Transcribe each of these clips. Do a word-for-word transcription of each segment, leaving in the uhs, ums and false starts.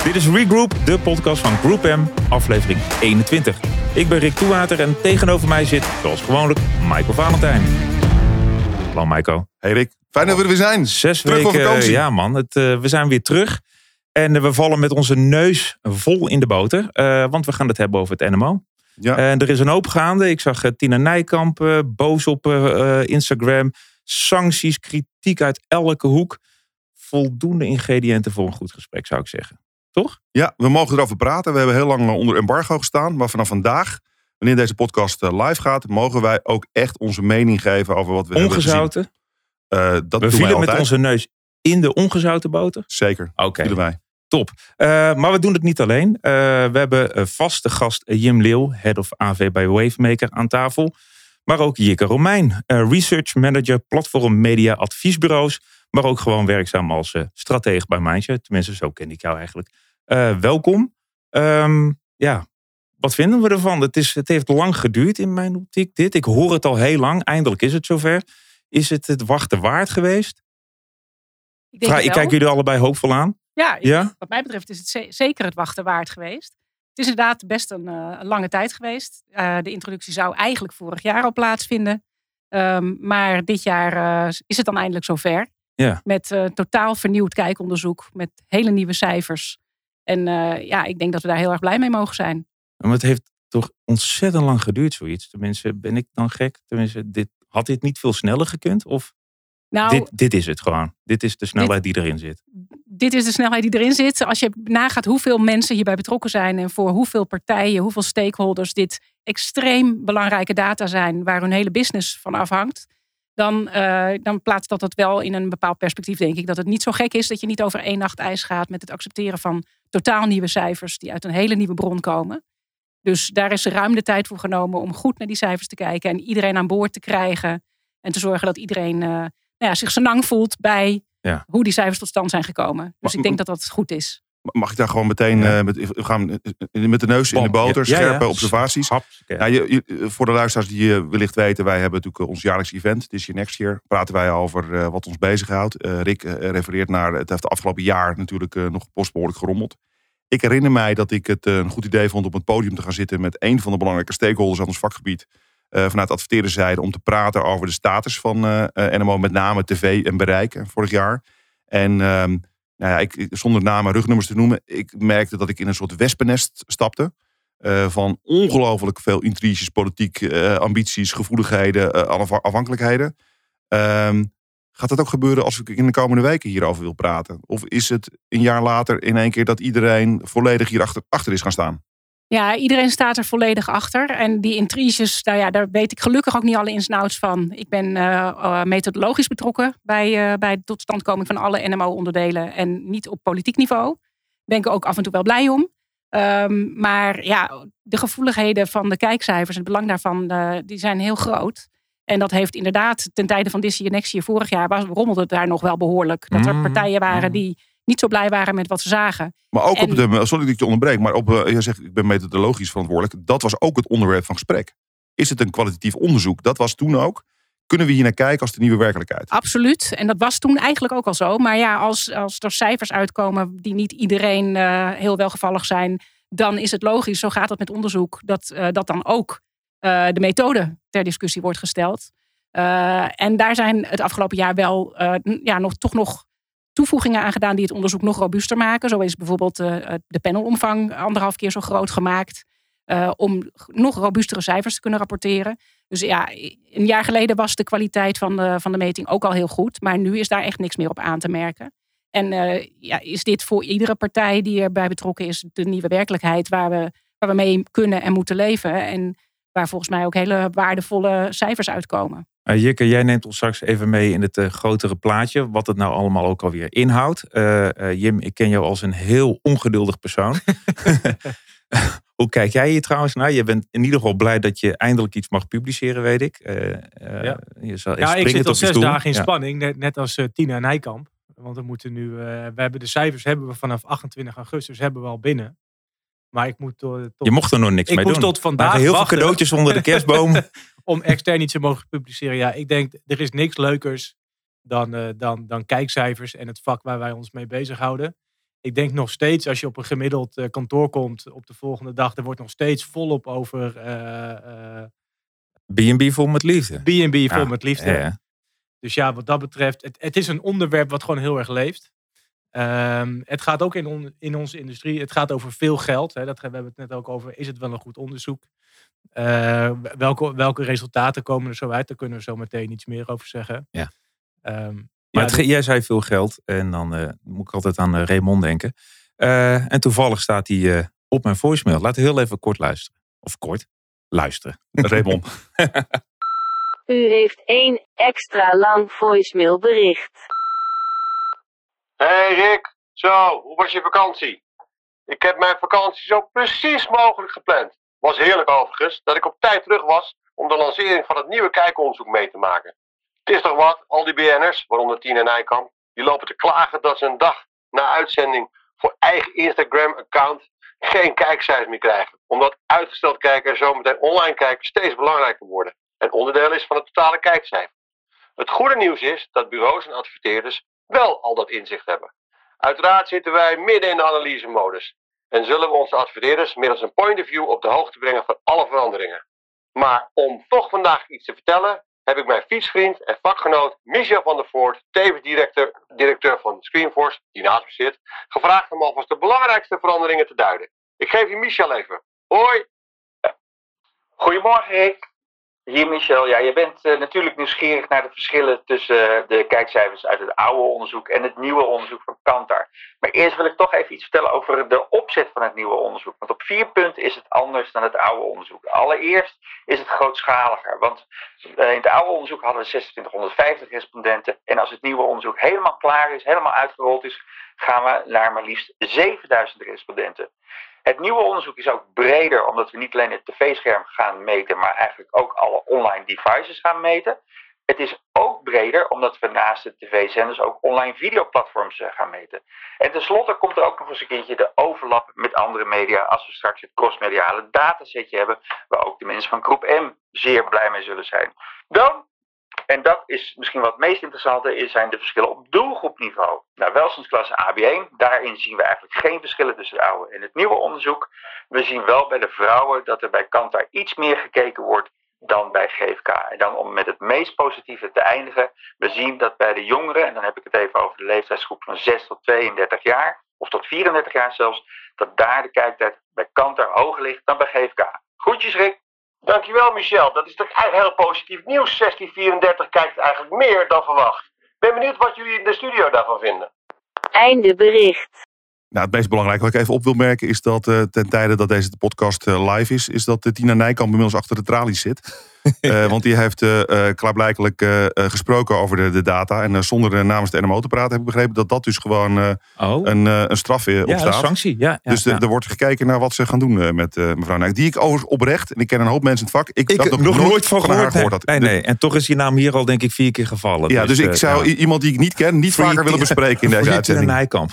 Dit is Regroup, de podcast van Group M, aflevering eenentwintig. Ik ben Rick Toewater en tegenover mij zit, zoals gewoonlijk, Michael Valentijn. Hallo Michael. Hey Rick, fijn dat we er weer zijn. Zes terug weken, van vakantie. Ja man, het, uh, we zijn weer terug. En uh, we vallen met onze neus vol in de boter. Uh, want we gaan het hebben over het N M O. Ja. En er is een hoop gaande. Ik zag uh, Tina Nijkamp uh, boos op uh, Instagram. Sancties, kritiek uit elke hoek. Voldoende ingrediënten voor een goed gesprek, zou ik zeggen. Toch? Ja, we mogen erover praten. We hebben heel lang onder embargo gestaan. Maar vanaf vandaag, wanneer deze podcast live gaat, mogen wij ook echt onze mening geven over wat we Ongezouten? hebben gezien. Uh, dat we vielen met onze neus in de ongezouten boter? Zeker. Oké. Okay. wij. Top. Uh, maar we doen het niet alleen. Uh, we hebben een vaste gast Jim Leeuw, Head of A V bij Wavemaker aan tafel. Maar ook Jikke Romein, uh, Research Manager, Platform Media Adviesbureaus. Maar ook gewoon werkzaam als uh, stratege bij Mindshare. Tenminste, zo ken ik jou eigenlijk. Uh, welkom. Um, ja, wat vinden we ervan? Het, is, het heeft lang geduurd in mijn optiek dit. Ik hoor het al heel lang. Eindelijk is het zover. Is het het wachten waard geweest? Ik, denk Vraag, ik kijk jullie allebei hoopvol aan. Ja, ja, wat mij betreft is het ze- zeker het wachten waard geweest. Het is inderdaad best een, uh, een lange tijd geweest. Uh, de introductie zou eigenlijk vorig jaar al plaatsvinden. Um, maar dit jaar uh, is het dan eindelijk zover. Ja. Met uh, totaal vernieuwd kijkonderzoek. Met hele nieuwe cijfers. En uh, ja, ik denk dat we daar heel erg blij mee mogen zijn. Maar het heeft toch ontzettend lang geduurd, zoiets. Tenminste, ben ik dan gek? Tenminste, dit, had dit niet veel sneller gekund? Of nou, dit, dit is het gewoon. Dit is de snelheid dit, die erin zit. Dit is de snelheid die erin zit. Als je nagaat hoeveel mensen hierbij betrokken zijn. En voor hoeveel partijen, hoeveel stakeholders dit extreem belangrijke data zijn. Waar hun hele business van afhangt. Dan, uh, dan plaatst dat het wel in een bepaald perspectief, denk ik. Dat het niet zo gek is dat je niet over één nacht ijs gaat met het accepteren van totaal nieuwe cijfers die uit een hele nieuwe bron komen. Dus daar is ruim de tijd voor genomen om goed naar die cijfers te kijken en iedereen aan boord te krijgen. En te zorgen dat iedereen uh, nou ja, zich senang voelt bij ja. hoe die cijfers tot stand zijn gekomen. Dus maar, ik denk dat dat goed is. Mag ik daar gewoon meteen ja. uh, met, we gaan met de neus Bom. in de boter, ja, scherpe ja, ja. observaties. Haps, okay. nou, je, je, voor de luisteraars die uh, wellicht weten, wij hebben natuurlijk ons jaarlijks event, This Year Next Year. Praten wij over uh, wat ons bezighoudt. Uh, Rick uh, refereert naar, het heeft de afgelopen jaar natuurlijk uh, nog postbehoorlijk gerommeld. Ik herinner mij dat ik het uh, een goed idee vond op het podium te gaan zitten met een van de belangrijke stakeholders uit ons vakgebied. Uh, vanuit de adverteerderzijde om te praten over de status van uh, N M O, met name tv en bereik uh, vorig jaar. En um, nou ja, ik, zonder namen en rugnummers te noemen, ik merkte dat ik in een soort wespennest stapte. Uh, van ongelooflijk veel intriges, politiek, uh, ambities, gevoeligheden, uh, afhankelijkheden. Um, gaat dat ook gebeuren als ik in de komende weken hierover wil praten? Of is het een jaar later in één keer dat iedereen volledig hierachter achter is gaan staan? Ja, iedereen staat er volledig achter. En die intriges, nou ja, daar weet ik gelukkig ook niet alle ins en outs van. Ik ben uh, uh, methodologisch betrokken bij, uh, bij de totstandkoming van alle N M O-onderdelen. En niet op politiek niveau. Daar ben ik ook af en toe wel blij om. Um, maar ja, de gevoeligheden van de kijkcijfers en het belang daarvan, uh, die zijn heel groot. En dat heeft inderdaad ten tijde van This Year Next Year vorig jaar, was, rommelde het daar nog wel behoorlijk. Dat er partijen waren die niet zo blij waren met wat ze zagen. Maar ook en, op de, sorry dat ik je onderbreek, maar op, uh, je zegt ik ben methodologisch verantwoordelijk. Dat was ook het onderwerp van gesprek. Is het een kwalitatief onderzoek? Dat was toen ook. Kunnen we hier naar kijken als de nieuwe werkelijkheid? Absoluut. En dat was toen eigenlijk ook al zo. Maar ja, als, als er cijfers uitkomen die niet iedereen uh, heel welgevallig zijn, dan is het logisch, zo gaat het met onderzoek, dat uh, dat dan ook uh, de methode ter discussie wordt gesteld. Uh, en daar zijn het afgelopen jaar wel uh, ja, nog, toch nog toevoegingen aan gedaan die het onderzoek nog robuuster maken. Zo is bijvoorbeeld uh, de panelomvang anderhalf keer zo groot gemaakt. Uh, om nog robuustere cijfers te kunnen rapporteren. Dus ja, een jaar geleden was de kwaliteit van de, van de meting ook al heel goed. Maar nu is daar echt niks meer op aan te merken. En uh, ja, is dit voor iedere partij die erbij betrokken is de nieuwe werkelijkheid waar we, waar we mee kunnen en moeten leven. En waar volgens mij ook hele waardevolle cijfers uitkomen. Uh, Jikke, jij neemt ons straks even mee in het uh, grotere plaatje. Wat het nou allemaal ook alweer inhoudt. Uh, uh, Jim, ik ken jou als een heel ongeduldig persoon. Hoe kijk jij hier trouwens naar? Je bent in ieder geval blij dat je eindelijk iets mag publiceren, weet ik. Uh, uh, ja, je zal, ja ik zit al zes stoel. dagen in ja. spanning. Net, net als uh, Tina Nijkamp. Want we moeten nu, uh, we hebben de cijfers hebben we vanaf achtentwintig augustus hebben we al binnen. Maar ik moet uh, tot... Je mocht er nog niks ik mee moest doen. tot vandaag heel wachten. veel cadeautjes onder de kerstboom. Om extern iets te mogen publiceren. Ja, ik denk, er is niks leukers dan, uh, dan, dan kijkcijfers en het vak waar wij ons mee bezighouden. ik denk nog steeds, als je op een gemiddeld uh, kantoor komt op de volgende dag, er wordt nog steeds volop over uh, uh, B en B vol met liefde. B en B vol ja, met liefde. Ja, ja. Dus ja, wat dat betreft, het, het is een onderwerp wat gewoon heel erg leeft. Um, het gaat ook in, on, in onze industrie, het gaat over veel geld. Hè, dat, we hebben het net ook over, is het wel een goed onderzoek? Uh, welke, welke resultaten komen er zo uit? Daar kunnen we zo meteen iets meer over zeggen. Ja. Um, Maar ja, het, jij zei veel geld en dan uh, moet ik altijd aan uh, Raymond denken. Uh, en toevallig staat hij uh, op mijn voicemail. Laten we heel even kort luisteren. Of kort, luisteren. Raymond. U heeft één extra lang voicemailbericht. Hey Rick, zo, hoe was je vakantie? Ik heb mijn vakantie zo precies mogelijk gepland. Was heerlijk overigens dat ik op tijd terug was om de lancering van het nieuwe kijkonderzoek mee te maken. Het is toch wat, al die B N'ers, waaronder Tina Nijkamp, die lopen te klagen dat ze een dag na uitzending voor eigen Instagram-account geen kijkcijfers meer krijgen. Omdat uitgesteld kijken en zometeen online kijken steeds belangrijker worden. En onderdeel is van het totale kijkcijfer. Het goede nieuws is dat bureaus en adverteerders wel al dat inzicht hebben. Uiteraard zitten wij midden in de analysemodus. En zullen we onze adverteerders middels een point of view op de hoogte brengen van alle veranderingen. Maar om toch vandaag iets te vertellen, heb ik mijn fietsvriend en vakgenoot Michel van der Voort, tevens directeur, directeur van Screenforce, die naast me zit, gevraagd om alvast de belangrijkste veranderingen te duiden. Ik geef je Michel even. Hoi! Goedemorgen Rick. Hier Michel. Ja, je bent uh, natuurlijk nieuwsgierig naar de verschillen tussen uh, de kijkcijfers uit het oude onderzoek en het nieuwe onderzoek van Kantar. Maar eerst wil ik toch even iets vertellen over de opzet van het nieuwe onderzoek. Want op vier punten is het anders dan het oude onderzoek. Allereerst is het grootschaliger. Want uh, in het oude onderzoek hadden we zesentwintighonderdvijftig respondenten. En als het nieuwe onderzoek helemaal klaar is, helemaal uitgerold is, gaan we naar maar liefst zevenduizend respondenten. Het nieuwe onderzoek is ook breder, omdat we niet alleen het tv-scherm gaan meten, maar eigenlijk ook alle online devices gaan meten. Het is ook breder, omdat we naast de tv-zenders ook online videoplatforms gaan meten. En tenslotte komt er ook nog eens een keertje de overlap met andere media, als we straks het crossmediale datasetje hebben, waar ook de mensen van groep M zeer blij mee zullen zijn. Dan, en dat is misschien wat het meest interessante, zijn de verschillen op doelgroepniveau. Nou, welstandsklasse A B één, daarin zien we eigenlijk geen verschillen tussen het oude en het nieuwe onderzoek. We zien wel bij de vrouwen dat er bij Kantar iets meer gekeken wordt dan bij G F K. En dan om met het meest positieve te eindigen, we zien dat bij de jongeren, en dan heb ik het even over de leeftijdsgroep van zes tot tweeëndertig jaar, of tot vierendertig jaar zelfs, dat daar de kijktijd bij Kantar hoger ligt dan bij G F K. Groetjes Rick! Dankjewel Michel, dat is toch eigenlijk heel positief nieuws. zestien vierendertig kijkt eigenlijk meer dan verwacht. Ben benieuwd wat jullie in de studio daarvan vinden. Einde bericht. Nou, het meest belangrijke wat ik even op wil merken is dat uh, ten tijde dat deze podcast uh, live is, is dat uh, Tina Nijkamp inmiddels achter de tralies zit. Uh, want die heeft uh, uh, klaarblijkelijk uh, uh, gesproken over de, de data. En uh, zonder uh, namens de N M O te praten heb ik begrepen dat dat dus gewoon uh, oh. een, uh, een straf uh, ja, op staat. Een sanctie. Ja, ja, dus de, ja. er wordt gekeken naar wat ze gaan doen uh, met uh, mevrouw Nijkamp. Die ik overigens oprecht, en ik ken een hoop mensen in het vak, ik, ik had nog nooit, nooit van gehoord. gehoord had. Nee, nee. En toch is die naam hier al denk ik vier keer gevallen. Ja, dus, dus ik uh, zou ja. iemand die ik niet ken niet vaker willen bespreken in deze uitzending. Tina Nijkamp.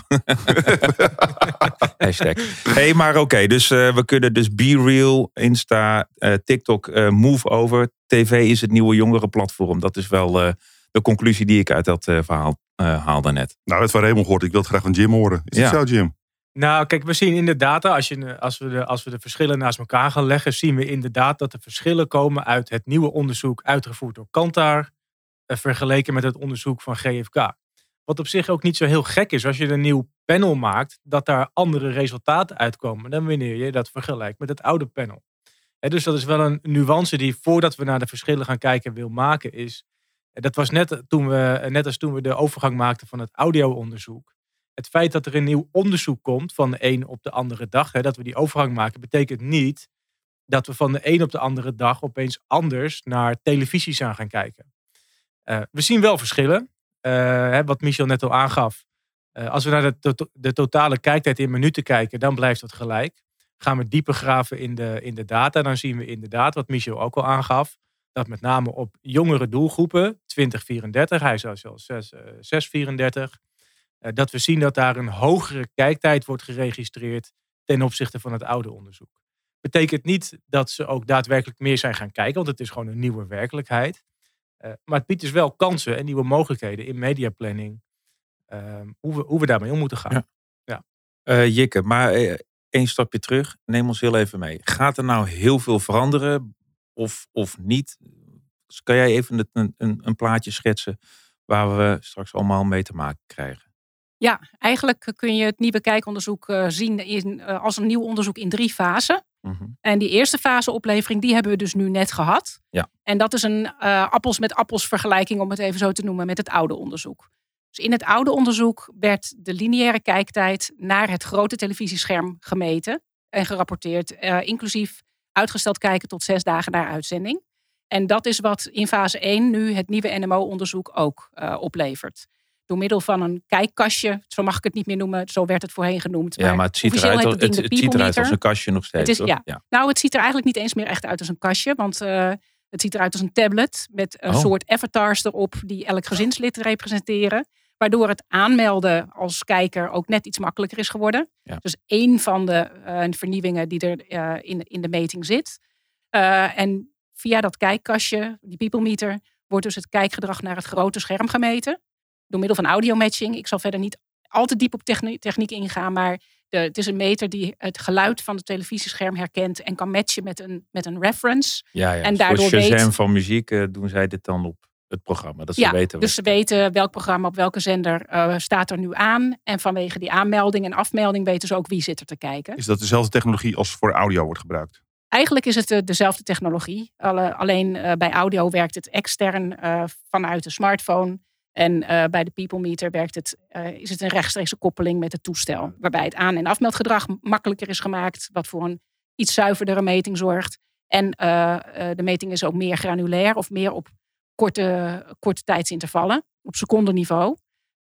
Hashtag. Hey, maar oké, okay, dus uh, we kunnen dus BeReal, Insta, uh, TikTok, uh, Move over. T V is het nieuwe jongerenplatform. Dat is wel uh, de conclusie die ik uit dat uh, verhaal uh, haalde net. Nou, het van Raymond gehoord. Ik wil het graag van Jim horen. Is ja. dat zo, Jim? Nou, kijk, we zien in de data, als, je, als, we de, als we de verschillen naast elkaar gaan leggen, zien we inderdaad dat de verschillen komen uit het nieuwe onderzoek uitgevoerd door Kantar, uh, vergeleken met het onderzoek van G F K. Wat op zich ook niet zo heel gek is, als je een nieuw panel maakt, dat daar andere resultaten uitkomen dan wanneer je dat vergelijkt met het oude panel. He, dus dat is wel een nuance die, voordat we naar de verschillen gaan kijken, wil maken. Is, dat was net, toen we, net als toen we de overgang maakten van het audio-onderzoek. Het feit dat er een nieuw onderzoek komt van de een op de andere dag, he, dat we die overgang maken, betekent niet dat we van de een op de andere dag opeens anders naar televisie zijn gaan kijken. Uh, we zien wel verschillen. Uh, hè, wat Michel net al aangaf. Uh, als we naar de, to- de totale kijktijd in minuten kijken, dan blijft dat gelijk. Gaan we dieper graven in de, in de data, dan zien we inderdaad, wat Michel ook al aangaf, dat met name op jongere doelgroepen, twintig vierendertig, hij is al zes vierendertig, uh, dat we zien dat daar een hogere kijktijd wordt geregistreerd ten opzichte van het oude onderzoek. Betekent niet dat ze ook daadwerkelijk meer zijn gaan kijken, want het is gewoon een nieuwe werkelijkheid. Uh, maar het biedt dus wel kansen en nieuwe mogelijkheden in mediaplanning. Uh, hoe, we, hoe we daarmee om moeten gaan. Ja. Ja. Uh, Jikke, maar uh, één stapje terug. Neem ons heel even mee. Gaat er nou heel veel veranderen of, of niet? Dus kan jij even een, een, een plaatje schetsen waar we straks allemaal mee te maken krijgen? Ja, eigenlijk kun je het nieuwe kijkonderzoek uh, zien in, uh, als een nieuw onderzoek in drie fasen. Mm-hmm. En die eerste fase oplevering, die hebben we dus nu net gehad. Ja. En dat is een uh, appels met appels vergelijking, om het even zo te noemen, met het oude onderzoek. Dus in het oude onderzoek werd de lineaire kijktijd naar het grote televisiescherm gemeten en gerapporteerd, uh, inclusief uitgesteld kijken tot zes dagen na uitzending. En dat is wat in fase één nu het nieuwe N M O-onderzoek ook uh, oplevert. Door middel van een kijkkastje, zo mag ik het niet meer noemen, zo werd het voorheen genoemd. Ja, maar het ziet eruit, het, het, het ziet eruit als een kastje nog steeds. Het is, ja. Ja. Nou, het ziet er eigenlijk niet eens meer echt uit als een kastje, want uh, het ziet eruit als een tablet met een oh. soort avatars erop die elk gezinslid representeren. Waardoor het aanmelden als kijker ook net iets makkelijker is geworden. Ja. Dus één van de uh, vernieuwingen die er uh, in, in de meting zit. Uh, en via dat kijkkastje, die people meter, wordt dus het kijkgedrag naar het grote scherm gemeten. Door middel van audiomatching. Ik zal verder niet al te diep op techniek, techniek ingaan. Maar de, het is een meter die het geluid van het televisiescherm herkent. En kan matchen met een, met een reference. Ja, ja. En Voor daardoor Shazam weet, van muziek uh, doen zij dit dan op het programma. Dat ze ja, weten dus ze weten welk programma op welke zender uh, staat er nu aan. En vanwege die aanmelding en afmelding weten ze ook wie zit er te kijken. Is dat dezelfde technologie als voor audio wordt gebruikt? Eigenlijk is het uh, dezelfde technologie. Alle, alleen uh, bij audio werkt het extern uh, vanuit de smartphone. En uh, bij de people meter werkt het, uh, is het een rechtstreekse koppeling met het toestel. Waarbij het aan- en afmeldgedrag makkelijker is gemaakt. Wat voor een iets zuiverdere meting zorgt. En uh, uh, de meting is ook meer granulair of meer op korte, korte tijdsintervallen. Op secondenniveau.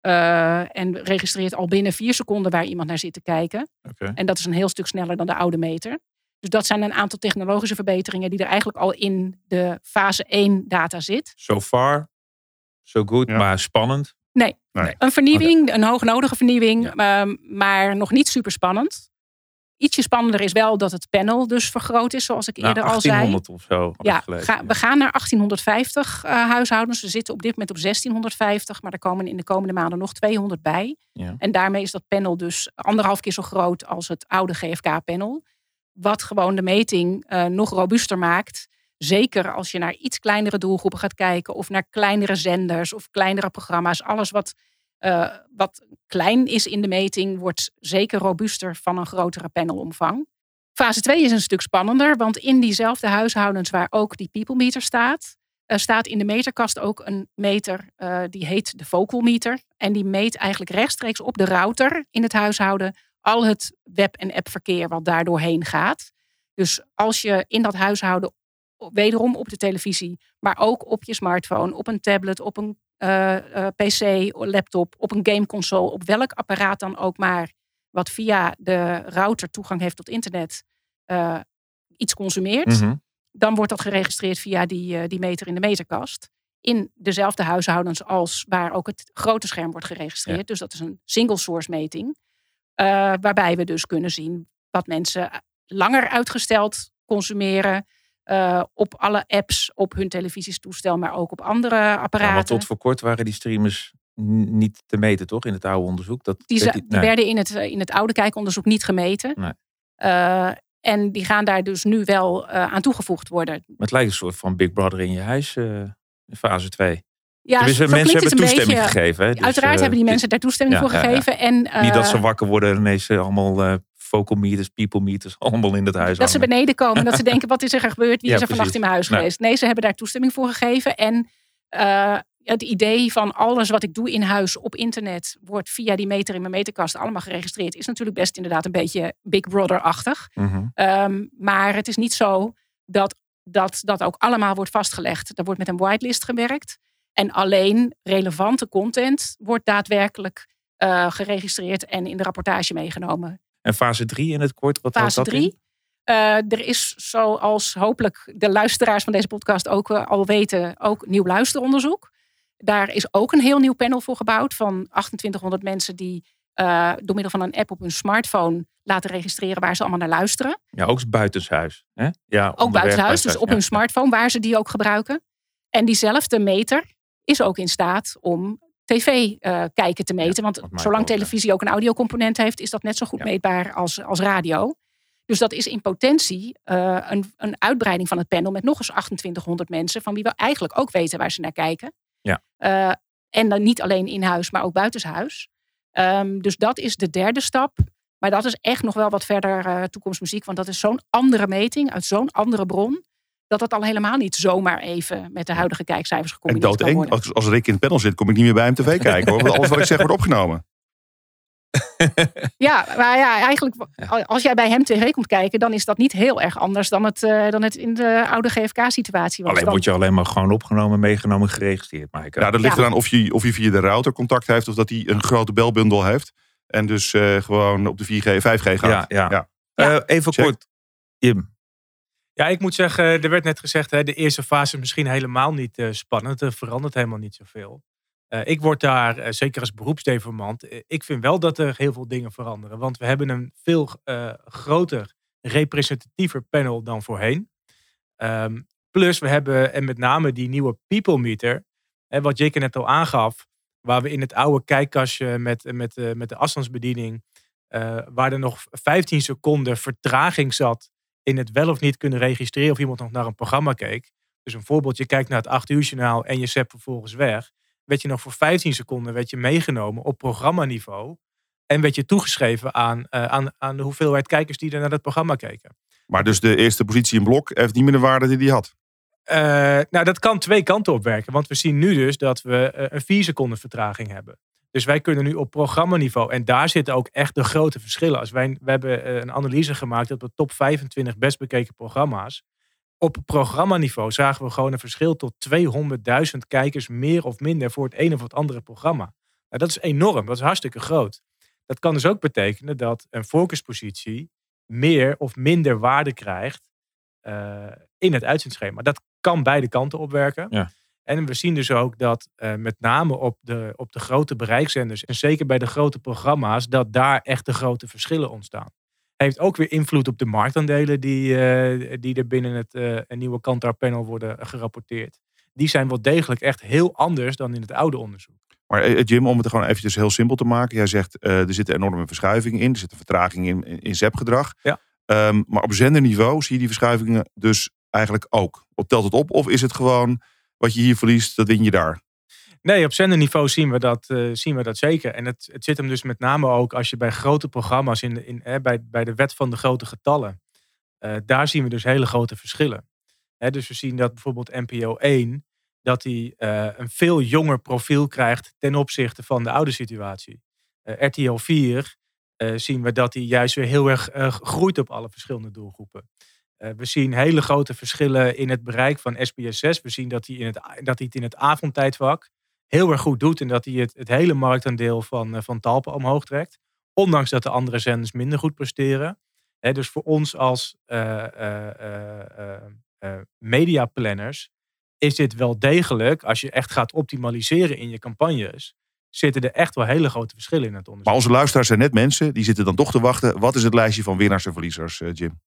Uh, en registreert al binnen vier seconden waar iemand naar zit te kijken. Okay. En dat is een heel stuk sneller dan de oude meter. Dus dat zijn een aantal technologische verbeteringen die er eigenlijk al in de fase één data zit. So far, so good, ja. Maar spannend? Nee, nee. Een vernieuwing, okay. Een hoognodige vernieuwing, ja. uh, maar nog niet super spannend. Ietsje spannender is wel dat het panel dus vergroot is, zoals ik nou, eerder al zei. achttienhonderd of zo. Ja, ga, we gaan naar achttienhonderdvijftig uh, huishoudens. We zitten op dit moment op zestienhonderdvijftig, maar er komen in de komende maanden nog tweehonderd bij. Ja. En daarmee is dat panel dus anderhalf keer zo groot als het oude G F K-panel. Wat gewoon de meting uh, nog robuuster maakt. Zeker als je naar iets kleinere doelgroepen gaat kijken. Of naar kleinere zenders of kleinere programma's. Alles wat, uh, wat klein is in de meting wordt zeker robuuster van een grotere panelomvang. Fase twee is een stuk spannender. Want in diezelfde huishoudens waar ook die people meter staat. Uh, staat in de meterkast ook een meter uh, die heet de focal meter. En die meet eigenlijk rechtstreeks op de router in het huishouden al het web- en appverkeer wat daar doorheen gaat. Dus als je in dat huishouden, wederom op de televisie, maar ook op je smartphone, op een tablet, op een uh, uh, pc, laptop, op een gameconsole, op welk apparaat dan ook maar, wat via de router toegang heeft tot internet, uh, iets consumeert, mm-hmm. dan wordt dat geregistreerd via die, uh, die meter in de meterkast. In dezelfde huishoudens als waar ook het grote scherm wordt geregistreerd. Ja. Dus dat is een single source meting. Uh, waarbij we dus kunnen zien wat mensen langer uitgesteld consumeren. Uh, op alle apps, op hun televisietoestel, maar ook op andere apparaten. Ja, maar tot voor kort waren die streamers n- niet te meten, toch? In het oude onderzoek. Dat die, die, die nee. werden in het, in het oude kijkonderzoek niet gemeten. Nee. Uh, en die gaan daar dus nu wel uh, aan toegevoegd worden. Maar het lijkt een soort van Big Brother in je huis uh, in fase twee. Ja, dus mensen hebben toestemming beetje, gegeven. Hè? Dus, uiteraard uh, hebben die mensen daar toestemming ja, voor gegeven. Ja, ja. En, uh, niet dat ze wakker worden en ineens allemaal uh, focal meters, people meters, allemaal in het huis. Dat hangen. Ze beneden komen, dat ze denken, wat is er gebeurd? Wie ja, is er precies. vannacht in mijn huis nee. geweest? Nee, ze hebben daar toestemming voor gegeven. En uh, het idee van alles wat ik doe in huis op internet wordt via die meter in mijn meterkast allemaal geregistreerd, is natuurlijk best inderdaad een beetje Big Brother-achtig. Mm-hmm. Um, maar het is niet zo dat dat, dat ook allemaal wordt vastgelegd. Er wordt met een whitelist gewerkt. En alleen relevante content wordt daadwerkelijk uh, geregistreerd en in de rapportage meegenomen. En fase drie in het kort, wat fase houdt dat drie, in? Uh, er is, zoals hopelijk de luisteraars van deze podcast ook uh, al weten, ook nieuw luisteronderzoek. Daar is ook een heel nieuw panel voor gebouwd van achtentwintighonderd mensen die uh, door middel van een app op hun smartphone laten registreren waar ze allemaal naar luisteren. Ja, ook buitenshuis. Hè? Ja, ook buitenshuis, dus op ja. hun smartphone waar ze die ook gebruiken. En diezelfde meter is ook in staat om tv uh, kijken te meten. Ja, Want zolang ook, televisie ja. ook een audiocomponent heeft, is dat net zo goed ja. meetbaar als, als radio. Dus dat is in potentie uh, een, een uitbreiding van het panel met nog eens achtentwintighonderd mensen, van wie we eigenlijk ook weten waar ze naar kijken. Ja. Uh, en dan niet alleen in huis, maar ook buitenshuis. Um, dus dat is de derde stap. Maar dat is echt nog wel wat verder uh, toekomstmuziek. Want dat is zo'n andere meting uit zo'n andere bron, dat het al helemaal niet zomaar even met de huidige kijkcijfers gecombineerd kan worden. Als, als Rick in het panel zit, kom ik niet meer bij hem tv kijken, hoor. Want alles wat ik zeg wordt opgenomen. Ja, maar ja, eigenlijk als jij bij hem tv komt kijken, dan is dat niet heel erg anders dan het, uh, dan het in de oude G F K-situatie was. Alleen dan... word je alleen maar gewoon opgenomen, meegenomen, geregistreerd. Maaike. Ja, dat ligt ja. eraan of je, of je via de router contact heeft of dat hij een grote belbundel heeft. En dus uh, gewoon op de vier G, vijf G gaat. Ja, ja. ja. ja. Uh, even Check. kort, Jim. Ja, ik moet zeggen, er werd net gezegd, de eerste fase is misschien helemaal niet uh, spannend. Er verandert helemaal niet zoveel. Uh, ik word daar, uh, zeker als beroepsdeformant, uh, ik vind wel dat er heel veel dingen veranderen. Want we hebben een veel uh, groter, representatiever panel dan voorheen. Um, plus we hebben, en met name die nieuwe People Meter, hè, wat Jake net al aangaf, waar we in het oude kijkkastje met, met, uh, met de afstandsbediening, uh, waar er nog vijftien seconden vertraging zat in het wel of niet kunnen registreren of iemand nog naar een programma keek. Dus een voorbeeld, je kijkt naar het acht uur journaal en je zept vervolgens weg. Werd je nog voor vijftien seconden werd je meegenomen op programmaniveau. En werd je toegeschreven aan, uh, aan, aan de hoeveelheid kijkers die er naar dat programma keken. Maar dus de eerste positie in blok heeft niet meer de waarde die die had? Uh, nou, dat kan twee kanten op werken. Want we zien nu dus dat we uh, een vier seconden vertraging hebben. Dus wij kunnen nu op programmaniveau, en daar zitten ook echt de grote verschillen. Als wij, we hebben uh, een analyse gemaakt op de top vijfentwintig best bekeken programma's. Op programmaniveau zagen we gewoon een verschil tot tweehonderdduizend kijkers meer of minder voor het een of het andere programma. Nou, dat is enorm, dat is hartstikke groot. Dat kan dus ook betekenen dat een voorkeurspositie meer of minder waarde krijgt uh, in het uitzendschema. Dat kan beide kanten opwerken. Ja. En we zien dus ook dat uh, met name op de, op de grote bereikzenders, en zeker bij de grote programma's, dat daar echt de grote verschillen ontstaan. Heeft ook weer invloed op de marktaandelen die, uh, die er binnen het uh, nieuwe Kantar panel worden gerapporteerd. Die zijn wel degelijk echt heel anders dan in het oude onderzoek. Maar Jim, om het gewoon eventjes heel simpel te maken. Jij zegt, uh, er zitten enorme verschuivingen in. Er zit een vertraging in, in, in zepgedrag. Ja. Um, maar op zenderniveau zie je die verschuivingen dus eigenlijk ook. Of telt het op? Of is het gewoon wat je hier verliest, dat win je daar? Nee, op zenderniveau zien we dat, uh, zien we dat zeker. En het, het zit hem dus met name ook als je bij grote programma's, in, in, eh, bij, bij de wet van de grote getallen, uh, daar zien we dus hele grote verschillen. Hè, dus we zien dat bijvoorbeeld N P O één, dat hij uh, een veel jonger profiel krijgt ten opzichte van de oude situatie. Uh, R T L vier uh, zien we dat hij juist weer heel erg uh, groeit op alle verschillende doelgroepen. Uh, we zien hele grote verschillen in het bereik van S B S zes. We zien dat hij, in het, dat hij het in het avondtijdvak heel erg goed doet en dat hij het, het hele marktaandeel van, uh, van Talpa omhoog trekt. Ondanks dat de andere zenders minder goed presteren. He, dus voor ons als uh, uh, uh, uh, uh, mediaplanners is dit wel degelijk, als je echt gaat optimaliseren in je campagnes, zitten er echt wel hele grote verschillen in het onderzoek. Maar onze luisteraars zijn net mensen, die zitten dan toch te wachten. Wat is het lijstje van winnaars en verliezers, uh, Jim?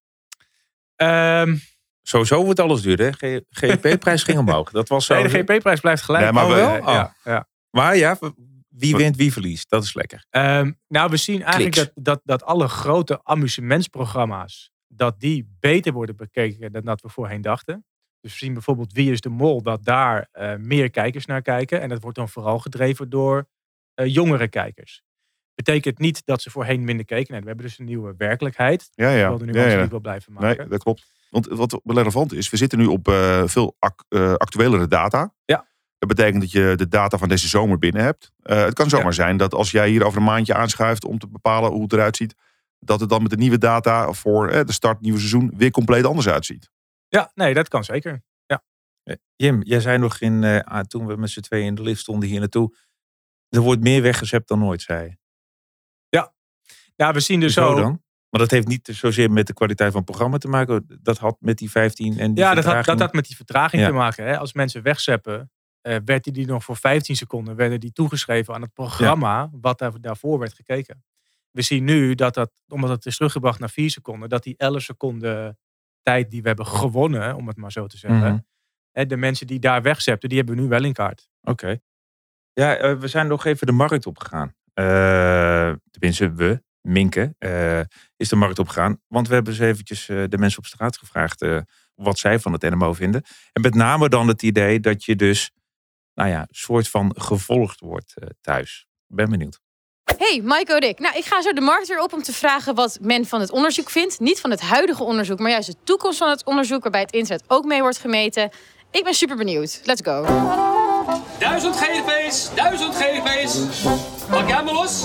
Um, Sowieso wordt alles duur, hè? G G P-prijs ging omhoog. Dat was zo. Nee, de G P-prijs blijft gelijk. Ja, maar oh, we, wel? Oh. Ja, ja. Maar ja, wie wint, wie verliest. Dat is lekker. Um, nou, we zien eigenlijk dat, dat, dat alle grote amusementsprogramma's, dat die beter worden bekeken dan dat we voorheen dachten. Dus we zien bijvoorbeeld Wie is de Mol, dat daar uh, meer kijkers naar kijken. En dat wordt dan vooral gedreven door uh, jongere kijkers. Betekent niet dat ze voorheen minder keken. Nee, we hebben dus een nieuwe werkelijkheid. Ja, ja. Terwijl de nuance ja, ja. die ik wil blijven maken. Nee, dat klopt. Want wat relevant is, we zitten nu op uh, veel ac- uh, actuelere data. Ja. Dat betekent dat je de data van deze zomer binnen hebt. Uh, het kan zomaar ja. zijn dat als jij hier over een maandje aanschuift om te bepalen hoe het eruit ziet, dat het dan met de nieuwe data voor uh, de start het nieuwe seizoen weer compleet anders uitziet. Ja, nee, dat kan zeker. Ja. Jim, jij zei nog in, uh, toen we met z'n tweeën in de lift stonden hier naartoe, er wordt meer weggezept dan nooit, zei je. Ja, ja, we zien dus zo zo. dan. Maar dat heeft niet zozeer met de kwaliteit van het programma te maken. Dat had met die vijftien en die Ja, dat had, vertraging. dat had met die vertraging Ja. te maken. Hè? Als mensen wegzeppen, uh, werden die nog voor vijftien seconden werden die toegeschreven aan het programma ja. wat daar, daarvoor werd gekeken. We zien nu dat dat, omdat het is teruggebracht naar vier seconden, dat die elf seconden tijd die we hebben gewonnen, om het maar zo te zeggen. Mm-hmm. Hè, de mensen die daar wegzepten, die hebben we nu wel in kaart. Oké. Okay. Ja, uh, we zijn nog even de markt opgegaan. Uh, tenminste, we, Minke, uh, is de markt opgegaan. Want we hebben eens eventjes uh, de mensen op straat gevraagd uh, wat zij van het N M O vinden. En met name dan het idee dat je dus, nou ja, soort van gevolgd wordt uh, thuis. Ben benieuwd. Hey, Maaike Rick. Nou, ik ga zo de markt weer op om te vragen wat men van het onderzoek vindt. Niet van het huidige onderzoek, maar juist de toekomst van het onderzoek waarbij het internet ook mee wordt gemeten. Ik ben super benieuwd. Let's go. Duizend G G P's, duizend G G P's. Pak jij maar los.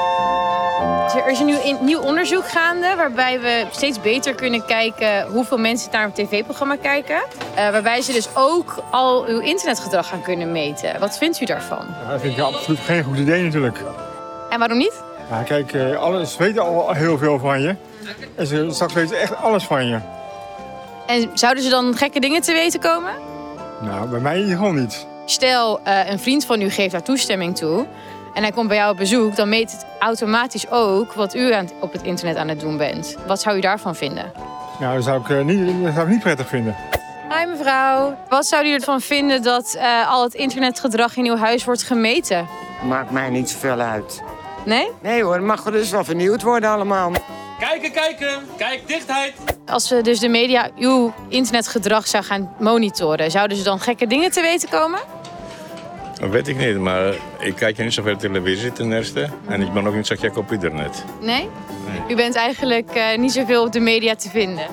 Er is een nieuw, een nieuw onderzoek gaande waarbij we steeds beter kunnen kijken hoeveel mensen naar een tv-programma kijken. Uh, waarbij ze dus ook al uw internetgedrag gaan kunnen meten. Wat vindt u daarvan? Ja, dat vind ik absoluut geen goed idee natuurlijk. En waarom niet? Ja, kijk, alles, ze weten al heel veel van je. En ze straks weten echt alles van je. En zouden ze dan gekke dingen te weten komen? Nou, bij mij gewoon niet. Stel, uh, een vriend van u geeft daar toestemming toe en hij komt bij jou op bezoek, dan meet het automatisch ook wat u aan, op het internet aan het doen bent. Wat zou u daarvan vinden? Nou, dat zou ik, uh, niet, dat zou ik niet prettig vinden. Hi mevrouw. Wat zou u ervan vinden dat uh, al het internetgedrag in uw huis wordt gemeten? Maakt mij niet zoveel uit. Nee? Nee hoor, het mag dus wel vernieuwd worden allemaal. Kijken, kijken. Kijk, dichtheid. Als we dus de media uw internetgedrag zou gaan monitoren, zouden ze dan gekke dingen te weten komen? Dat weet ik niet, maar ik kijk niet zoveel televisie ten eerste. En ik ben ook niet zo gek op internet. Nee? Nee. U bent eigenlijk uh, niet zoveel op de media te vinden?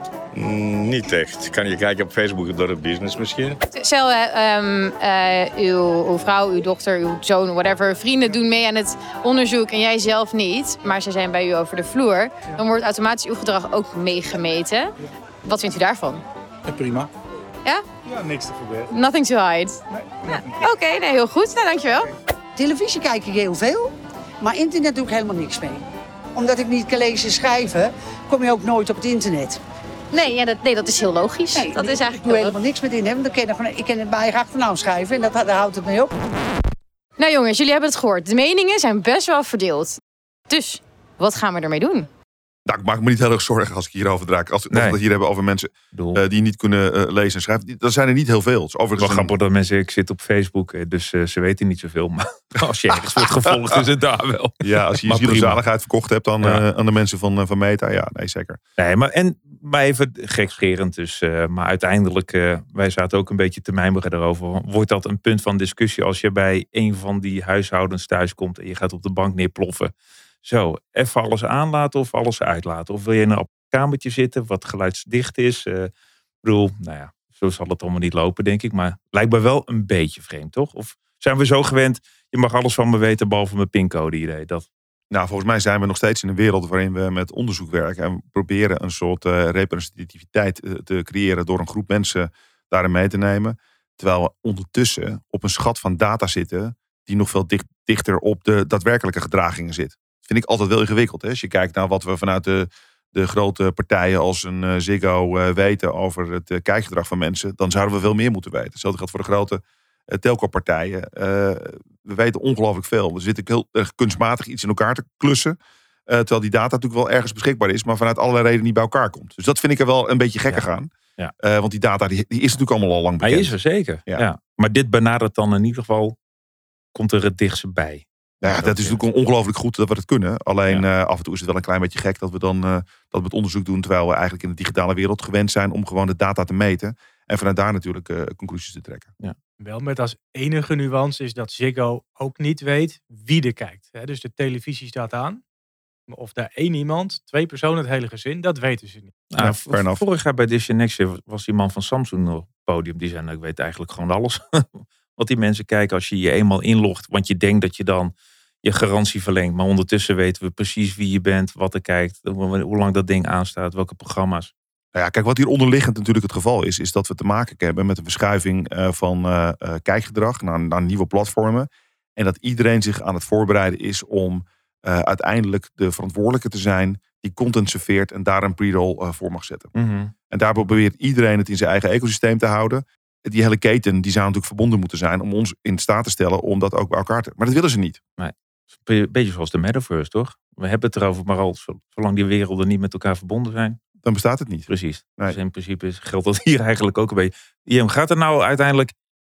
Mm, niet echt. Kan je kijken op Facebook door het business misschien? Stel, uh, um, uh, uw, uw vrouw, uw dochter, uw zoon, whatever, vrienden doen mee aan het onderzoek en jij zelf niet, maar ze zijn bij u over de vloer, dan wordt automatisch uw gedrag ook meegemeten. Wat vindt u daarvan? Ja, prima. Ja? Ja, niks te verbergen. Nothing to hide. Nee. Ja. Oké, okay, nee, heel goed. Nou, dankjewel. Televisie kijk ik heel veel, maar internet doe ik helemaal niks mee. Omdat ik niet kan lezen en schrijven, kom je ook nooit op het internet. Nee, ja, dat, nee, dat is heel logisch. Nee, dat is eigenlijk ik doe helemaal niks met internet, want dan kan ik, ik kan het bij eigen achternaam schrijven en dat, daar houdt het mee op. Nou jongens, jullie hebben het gehoord. De meningen zijn best wel verdeeld. Dus, wat gaan we ermee doen? Nou, ik maak me niet heel erg zorgen als ik hierover draak. Als, als nee. we het hier hebben over mensen uh, die niet kunnen uh, lezen en schrijven. Dan zijn er niet heel veel. Dus overigens wel grappig dat mensen, ik zit op Facebook, dus uh, ze weten niet zoveel. Maar als je ergens wordt gevolgd, is het daar wel. Ja, als je je ziel en zaligheid verkocht hebt aan, ja. uh, aan de mensen van, uh, van Meta. Ja, nee, zeker. Nee, maar, en, maar even gekscherend dus. Uh, maar uiteindelijk, uh, wij zaten ook een beetje te mijmeren erover. Wordt dat een punt van discussie als je bij een van die huishoudens thuis komt en je gaat op de bank neerploffen? Zo, even alles aanlaten of alles uitlaten? Of wil je in een kamertje zitten wat geluidsdicht is? Uh, ik bedoel, nou ja, zo zal het allemaal niet lopen, denk ik. Maar lijkt me wel een beetje vreemd, toch? Of zijn we zo gewend, je mag alles van me weten behalve mijn pincode idee? Dat... Nou, volgens mij zijn we nog steeds in een wereld waarin we met onderzoek werken. En we proberen een soort uh, representativiteit uh, te creëren door een groep mensen daarin mee te nemen. Terwijl we ondertussen op een schat van data zitten die nog veel dicht, dichter op de daadwerkelijke gedragingen zit. Vind ik altijd wel ingewikkeld. Hè? Als je kijkt naar wat we vanuit de, de grote partijen als een uh, Ziggo uh, weten over het uh, kijkgedrag van mensen, dan zouden we veel meer moeten weten. Hetzelfde geldt voor de grote uh, telco-partijen. Uh, we weten ongelooflijk veel. We zitten heel erg kunstmatig iets in elkaar te klussen. Uh, terwijl die data natuurlijk wel ergens beschikbaar is, maar vanuit allerlei redenen niet bij elkaar komt. Dus dat vind ik er wel een beetje gekker ja. gaan. Ja. Uh, want die data die, die is natuurlijk allemaal al lang bekend. Hij is er zeker. Ja. Ja. Maar dit benadert dan in ieder geval, komt er het dichtst bij. Ja, dat, dat is natuurlijk ongelooflijk goed dat we dat kunnen. Alleen ja. uh, af en toe is het wel een klein beetje gek dat we dan uh, dat we het onderzoek doen, terwijl we eigenlijk in de digitale wereld gewend zijn om gewoon de data te meten. En vanuit daar natuurlijk uh, conclusies te trekken. Ja. Wel met als enige nuance is dat Ziggo ook niet weet wie er kijkt. Dus de televisie staat aan. Maar of daar één iemand, twee personen, het hele gezin, dat weten ze niet. Nou, ja, vorig jaar bij Dish Next Year was die man van Samsung op het podium. Die zei, nou, ik weet eigenlijk gewoon alles. Wat die mensen kijken als je je eenmaal inlogt. Want je denkt dat je dan je garantie verlengt. Maar ondertussen weten we precies wie je bent, wat er kijkt, hoe lang dat ding aanstaat, welke programma's. Nou ja, kijk, wat hier onderliggend natuurlijk het geval is, is dat we te maken hebben met een verschuiving uh, van uh, uh, kijkgedrag naar, naar nieuwe platformen. En dat iedereen zich aan het voorbereiden is om uh, uiteindelijk de verantwoordelijke te zijn die content serveert en daar een pre-roll uh, voor mag zetten. Mm-hmm. En daarbij probeert iedereen het in zijn eigen ecosysteem te houden. Die hele keten die zou natuurlijk verbonden moeten zijn om ons in staat te stellen om dat ook bij elkaar te... Maar dat willen ze niet. Nee. Een beetje zoals de metaverse, toch? We hebben het erover, maar al zolang die werelden niet met elkaar verbonden zijn, dan bestaat het niet. Precies. Nee. Dus in principe geldt dat hier eigenlijk ook een beetje. Jem, gaat het nou uiteindelijk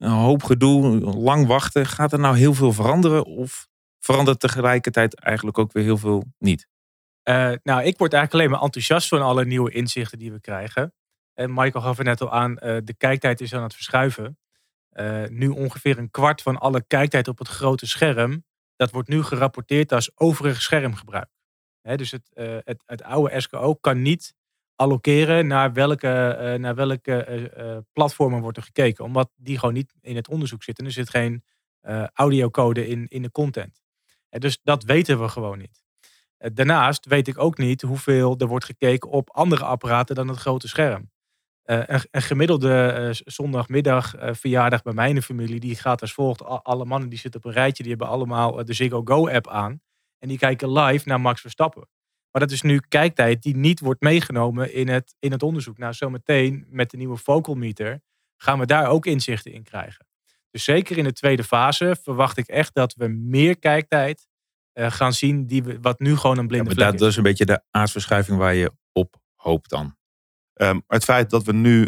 een hoop gedoe, lang wachten. Gaat er nou heel veel veranderen? Of verandert tegelijkertijd eigenlijk ook weer heel veel niet? Uh, nou, ik word eigenlijk alleen maar enthousiast van alle nieuwe inzichten die we krijgen. En Michael gaf er net al aan, uh, de kijktijd is aan het verschuiven. Uh, nu ongeveer een kwart van alle kijktijd op het grote scherm, dat wordt nu gerapporteerd als overig schermgebruik. He, dus het, uh, het, het oude S K O kan niet allokeren naar welke, uh, naar welke uh, uh, platformen wordt er gekeken. Omdat die gewoon niet in het onderzoek zitten. Er zit geen uh, audiocode in, in de content. He, dus dat weten we gewoon niet. Uh, daarnaast weet ik ook niet hoeveel er wordt gekeken op andere apparaten dan het grote scherm. Uh, een, een gemiddelde uh, zondagmiddag uh, verjaardag bij mij in de familie, die gaat als volgt. Alle mannen die zitten op een rijtje, die hebben allemaal uh, de Ziggo Go app aan. En die kijken live naar Max Verstappen. Maar dat is nu kijktijd die niet wordt meegenomen in het, in het onderzoek. Nou, zometeen met de nieuwe Focal Meter gaan we daar ook inzichten in krijgen. Dus zeker in de tweede fase verwacht ik echt dat we meer kijktijd uh, gaan zien, die we, wat nu gewoon een blinde ja, vlek dat, is. dat is een beetje de aardverschuiving waar je op hoopt dan. Um, het feit dat we nu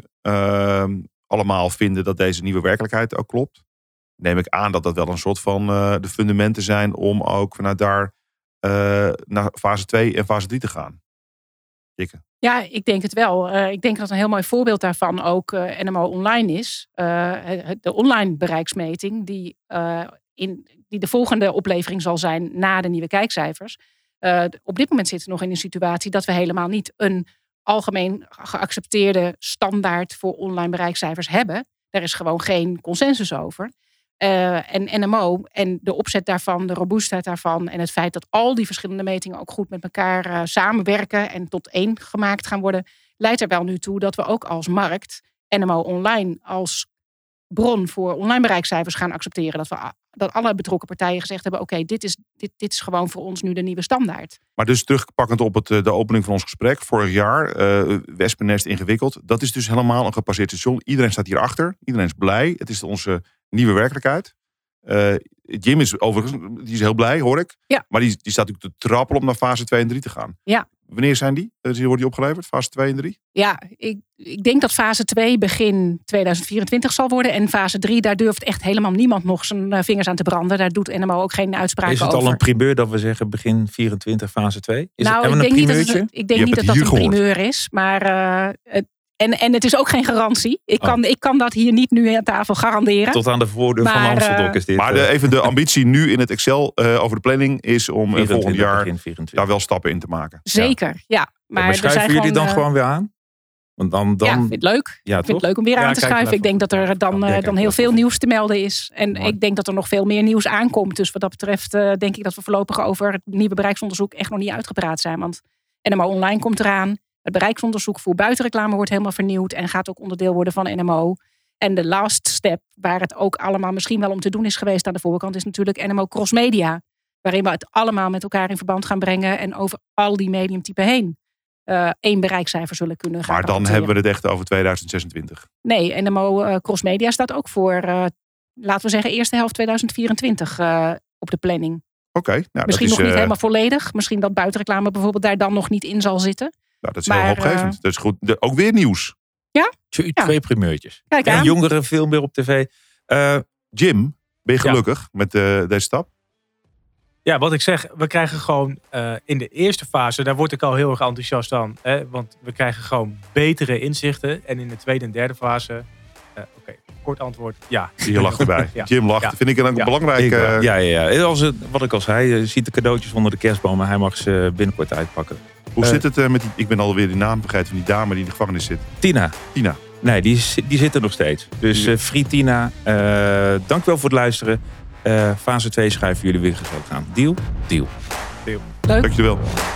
um, allemaal vinden dat deze nieuwe werkelijkheid ook klopt, neem ik aan dat dat wel een soort van uh, de fundamenten zijn om ook vanuit daar uh, naar fase twee en fase drie te gaan. Dikke. Ja, ik denk het wel. Uh, ik denk dat een heel mooi voorbeeld daarvan ook uh, N M O Online is. Uh, de online bereiksmeting die, uh, in, die de volgende oplevering zal zijn na de nieuwe kijkcijfers. Uh, op dit moment zitten we nog in een situatie dat we helemaal niet een algemeen geaccepteerde standaard voor online bereikcijfers hebben. Daar is gewoon geen consensus over. Uh, en N M O en de opzet daarvan, de robuustheid daarvan en het feit dat al die verschillende metingen ook goed met elkaar uh, samenwerken en tot één gemaakt gaan worden, leidt er wel nu toe dat we ook als markt N M O Online als bron voor online bereikcijfers gaan accepteren. Dat, we, dat alle betrokken partijen gezegd hebben, oké, okay, dit, is, dit, dit is gewoon voor ons nu de nieuwe standaard. Maar dus terugpakkend op het, de opening van ons gesprek vorig jaar, uh, wespennest ingewikkeld. Dat is dus helemaal een gepasseerd station. Iedereen staat hierachter. Iedereen is blij. Het is onze nieuwe werkelijkheid. Uh, Jim is overigens, die is heel blij, hoor ik. Ja. Maar die, die staat natuurlijk te trappelen om naar fase twee en drie te gaan. Ja. Wanneer zijn die? Uh, worden die opgeleverd, fase twee en drie? Ja, ik, ik denk dat fase twee begin tweeduizend vierentwintig zal worden. En fase drie, daar durft echt helemaal niemand nog zijn vingers aan te branden. Daar doet N M O ook geen uitspraken over. Is het al een primeur dat we zeggen begin vierentwintig fase twee? Is nou, het, ik, een denk niet dat het, ik denk niet dat dat een gehoord. primeur is. Maar uh, het, en, en het is ook geen garantie. Ik kan, oh. ik kan dat hier niet nu aan tafel garanderen. Tot aan de voordeur van Amsterdam is dit. Maar de, even de ambitie nu in het Excel uh, over de planning is om uh, volgend jaar daar wel stappen in te maken. Zeker, ja. ja. Maar, maar schuiven jullie gewoon, dan uh, gewoon weer aan? Want dan, dan... Ja, ik vind het leuk. Ja, ik vind het leuk om weer ja, aan te schuiven. Ik denk dat er dan, uh, dan heel veel nieuws te melden is. En Mooi. Ik denk dat er nog veel meer nieuws aankomt. Dus wat dat betreft uh, denk ik dat we voorlopig over het nieuwe bereiksonderzoek echt nog niet uitgepraat zijn. Want N M O Online komt eraan. Het bereiksonderzoek voor buitenreclame wordt helemaal vernieuwd en gaat ook onderdeel worden van N M O. En de last step, waar het ook allemaal misschien wel om te doen is geweest aan de voorkant, is natuurlijk N M O Cross Media. Waarin we het allemaal met elkaar in verband gaan brengen en over al die mediumtypen heen uh, één bereikcijfer zullen kunnen gaan. Maar dan hebben we het echt over tweeduizend zesentwintig. Nee, N M O uh, Cross Media staat ook voor, uh, laten we zeggen, eerste helft tweeduizend vierentwintig uh, op de planning. Oké. Okay, nou, misschien dat nog is, niet uh, helemaal volledig. Misschien dat buitenreclame bijvoorbeeld daar dan nog niet in zal zitten. Nou, dat is maar, heel hoopgevend. Uh, dat is goed. De, ook weer nieuws. Ja? Twee ja. primeurtjes. Kijk en aan. jongeren veel meer op tv. Uh, Jim, ben je gelukkig ja. met uh, deze stap? Ja, wat ik zeg, we krijgen gewoon uh, in de eerste fase, daar word ik al heel erg enthousiast aan. Hè, want we krijgen gewoon betere inzichten. En in de tweede en derde fase, uh, oké, okay, kort antwoord, ja. Je lacht erbij. ja. Jim lacht. Ja. Vind ik een ja. belangrijke... Uh... Ja, ja, ja. Als het, wat ik al zei, je ziet de cadeautjes onder de kerstboom. Maar hij mag ze binnenkort uitpakken. Hoe uh, zit het uh, met die... Ik ben alweer de naam vergeten van die dame die in de gevangenis zit. Tina. Tina. Nee, die, die zit er nog steeds. Dus uh, Free Tina, uh, dank wel voor het luisteren. Uh, fase twee schuiven jullie weer gezellig aan. Deal? Deal. Deal. Leuk. Dankjewel.